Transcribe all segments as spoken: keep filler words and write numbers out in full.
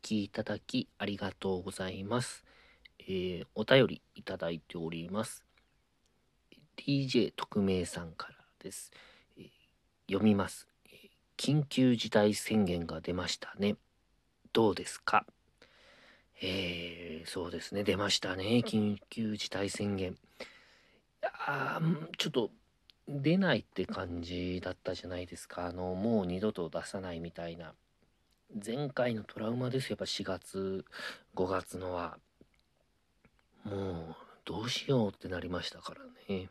きいただきありがとうございます。えーお便りいただいております。ディージェー 特命さんからです。えー読みます、えー緊急事態宣言が出ましたね。どうですか？えーそうですね。出ましたね。緊急事態宣言。あーちょっと出ないって感じだったじゃないですか。あの、もう二度と出さないみたいな。前回のトラウマですよ。やっぱしがつ、ごがつのは。もう、どうしようってなりましたからね。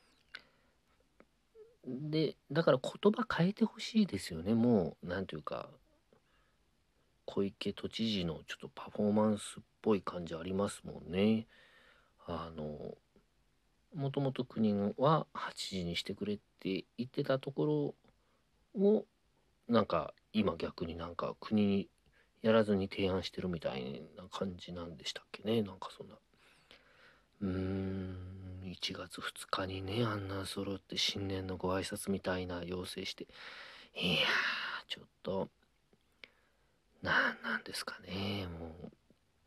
で、だから言葉変えてほしいですよね。もう、なんていうか、小池都知事のちょっとパフォーマンスっぽい感じありますもんね。あの、もともと国ははちじにしてくれって言ってたところを、なんか今逆になんか国にやらずに提案してるみたいな感じなんでしたっけね。なんかそんな。うーん、いちがつふつかにね、あんな揃って新年のご挨拶みたいな要請して、いやー、ちょっと、なんなんですかね、もう。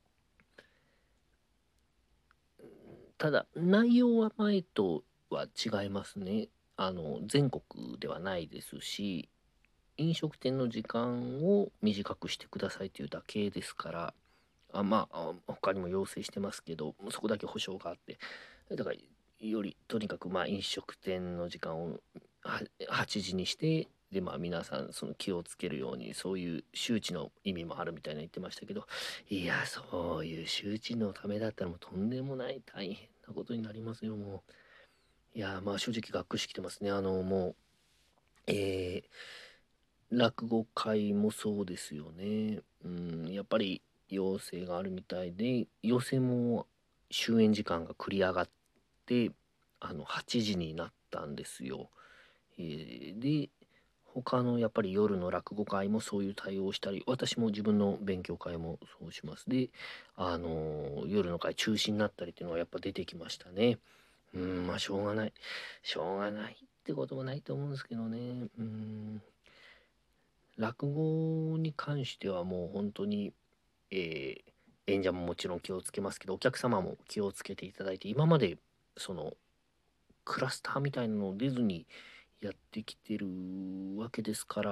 ただ、内容は前とは違いますね。あの、全国ではないですし、飲食店の時間を短くしてくださいというだけですから、あまあ、あ他にも要請してますけど、そこだけ保証があって、だから、より、とにかく、まあ、飲食店の時間をははちじにして、で、まあ、皆さん、その気をつけるように、そういう周知の意味もあるみたいな言ってましたけど、いや、そういう周知のためだったら、もうとんでもない大変なことになりますよ、もう。いや、まあ、正直、学してきてますね。あの、もう、えー落語会もそうですよね。うん、やっぱり要請があるみたいで、要請も終演時間が繰り上がって、あの、はちじになったんですよ。えーで、他のやっぱり夜の落語会もそういう対応をしたり、私も自分の勉強会もそうします。で、あのー夜の会中止になったりっていうのはやっぱ出てきましたね。うん、まあしょうがない。しょうがないってこともないと思うんですけどね。うん。落語に関してはもう本当に、えー演者ももちろん気をつけますけど、お客様も気をつけていただいて、今までそのクラスターみたいなの出ずにやってきてるわけですから、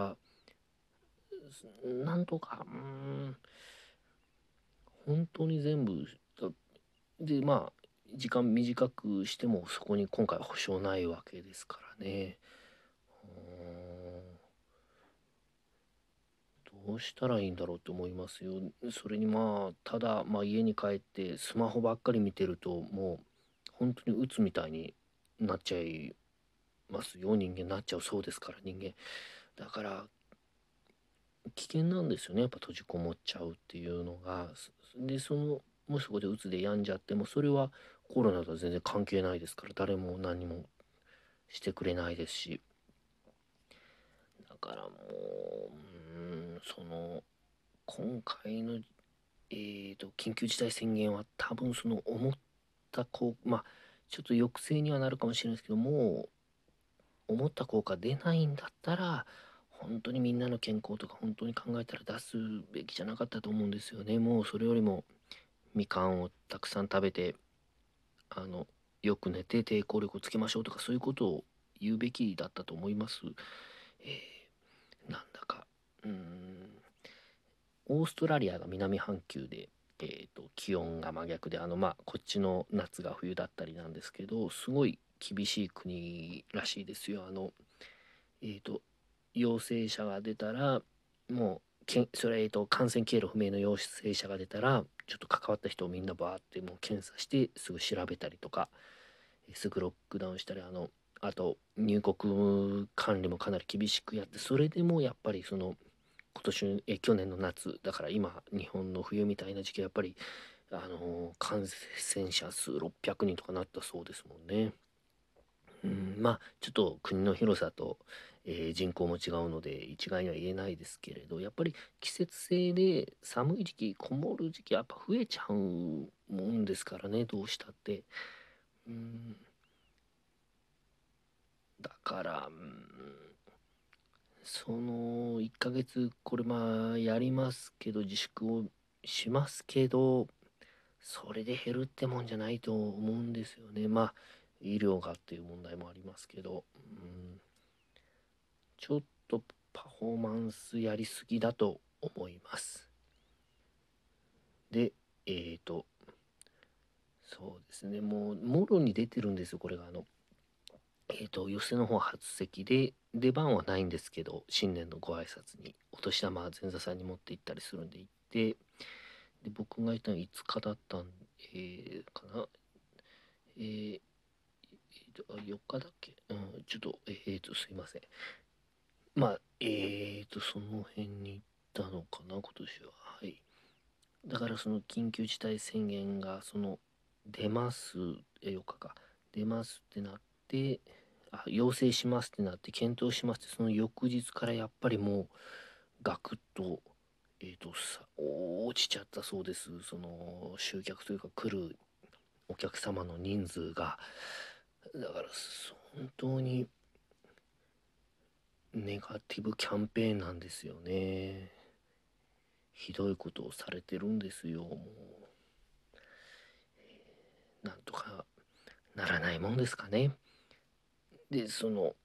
なんとか、うーん、本当に全部、だで、まあ、時間短くしてもそこに今回は保証ないわけですからね。うーんどうしたらいいんだろうと思いますよ。それにまあ、ただ、まあ家に帰ってスマホばっかり見てると、もう本当に鬱みたいになっちゃいますよ。人間なっちゃうそうですから、人間。だから危険なんですよね。やっぱ閉じこもっちゃうっていうのが。すで、その、もしそこで鬱で病んじゃっても、それはコロナとは全然関係ないですから、誰も何もしてくれないですし。だからもう、うーん、その、今回のえーと、緊急事態宣言は多分その思った効まあ、ちょっと抑制にはなるかもしれないですけど、もう思った効果出ないんだったら、本当にみんなの健康とか本当に考えたら出すべきじゃなかったと思うんですよね。もうそれよりもみかんをたくさん食べて、あの、よく寝て抵抗力をつけましょうとかそういうことを言うべきだったと思います。えーなんだか、うーん。オーストラリアが南半球で、えーと、気温が真逆で、あの、まあ、こっちの夏が冬だったりなんですけど、すごい厳しい国らしいですよ。あの、えーと、陽性者が出たら、もう、けんそれ、えーと、感染経路不明の陽性者が出たら、ちょっと関わった人をみんなバーってもう検査してすぐ調べたりとか、すぐロックダウンしたり、あの、あと入国管理もかなり厳しくやって、それでもやっぱりその今年、え、去年の夏、だから今、日本の冬みたいな時期、やっぱり、あのー感染者数ろっぴゃくにんとかなったそうですもんね。うん、まあ、ちょっと国の広さと、えー人口も違うので、一概には言えないですけれど、やっぱり季節性で寒い時期、こもる時期、やっぱ増えちゃうもんですからね、どうしたって。うん、だから、うん、そのいっかげつ、これまあやりますけど、自粛を。 しますけど、それで減るってもんじゃないと思うんですよね。まあ、医療がっていう問題もありますけど、うん、ちょっとパフォーマンスやりすぎだと思います。で、えーと、そうですね、もう、もろに出てるんですよ、これが。あの、えーと、寄せの方初席で、出番はないんですけど、新年のご挨拶に、お年玉は前座さんに持って行ったりするんで行って、で、僕がいたのいつかだったん、えー、かな、えー、えーと、あよっかだっけ、うん、ちょっと、えーと、すいません。まあ、えーと、その辺に行ったのかな、今年は。はい。だからその緊急事態宣言がその出ますえよっかかか出ますってなって、あ要請しますってなって検討しますってその翌日からやっぱりもうガクッとえっ、とさ落ちちゃったそうです。その集客というか来るお客様の人数が。だから本当にネガティブキャンペーンなんですよね。ひどいことをされてるんですよ。もうなんとかならないもんですかね。で、その、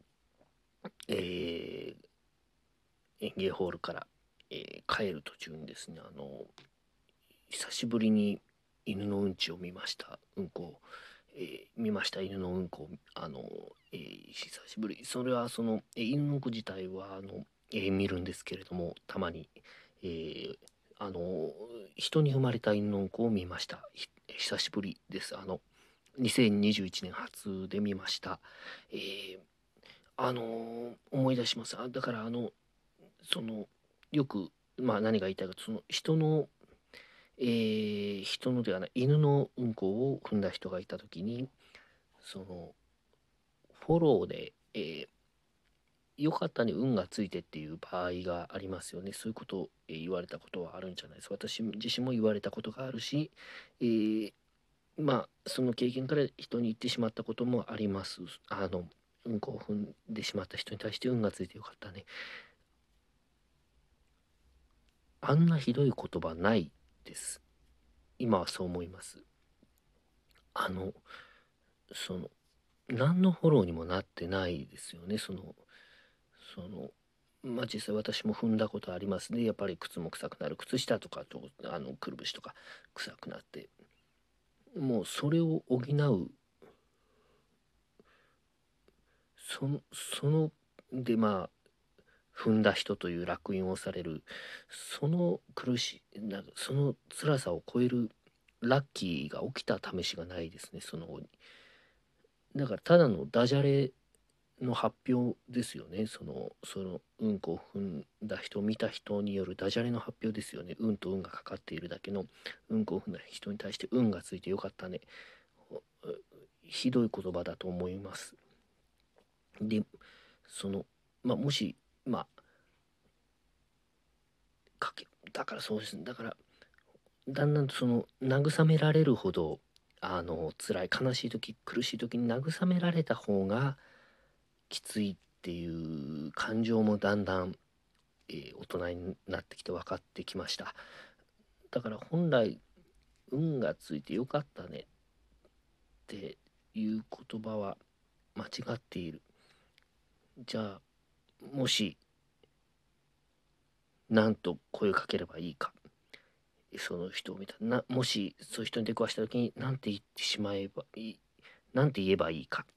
えー演芸ホールから、えー帰る途中にですね、あの、久しぶりに犬のうんちを見ました。うんこを、えー見ました犬のうんこを、あの、えー久しぶり。それはその、えー犬のうんこ自体は、あの、えー見るんですけれども、たまに、えーあの、人に生まれた犬のうんこを見ました。ひ久しぶりです。あの、にせんにじゅういちねん初で見ました。えーあのー思い出します。あ、だからあの、その、よく、まあ何が言いたいかと、その人の、えー人のではない、犬のうんこを踏んだ人がいたときに、その、フォローで、えーよかったね、運がついてっていう場合がありますよね。そういうことを、えー言われたことはあるんじゃないですか。私自身も言われたことがあるし、えーまあ、その経験から人に言ってしまったこともあります。あの、うんこを踏んでしまった人に対して運がついてよかったね。あんなひどい言葉ないです。今はそう思います。あの、その、何のフォローにもなってないですよね。その、その、まあ実際私も踏んだことありますね。やっぱり靴も臭くなる。靴下とかと、あの、くるぶしとか臭くなって。もうそれを補う、その、その、でまあ、踏んだ人という烙印をされる、その苦しい、なんかその辛さを超えるラッキーが起きた試しがないですね、その後に。だからただのダジャレの発表ですよね。その、その、うんこを踏んだ人、見た人によるダジャレの発表ですよね。運と運がかかっているだけの、うんこを踏んだ人に対して運がついてよかったね。ひどい言葉だと思います。で、その、まあ、もし、まあ、かけ、だからそうですね。だから、だんだんとその、慰められるほど、あの、辛い、悲しい時、苦しい時に慰められた方がきついっていう感情もだんだんえー大人になってきて分かってきました。だから本来運がついてよかったねっていう言葉は間違っている。じゃあもし何と声をかければいいか。その人を見たな、もしそういう人に出くわした時に何て言ってしまえばいい、何て言えばいいか。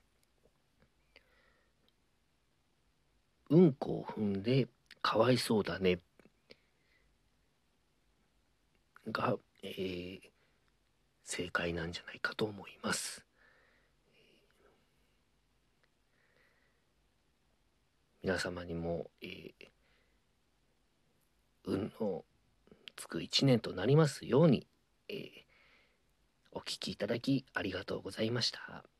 うんこを踏んでかわいそうだねが、えー正解なんじゃないかと思います。皆様にも、えー運のつく一年となりますように、えーお聞きいただきありがとうございました。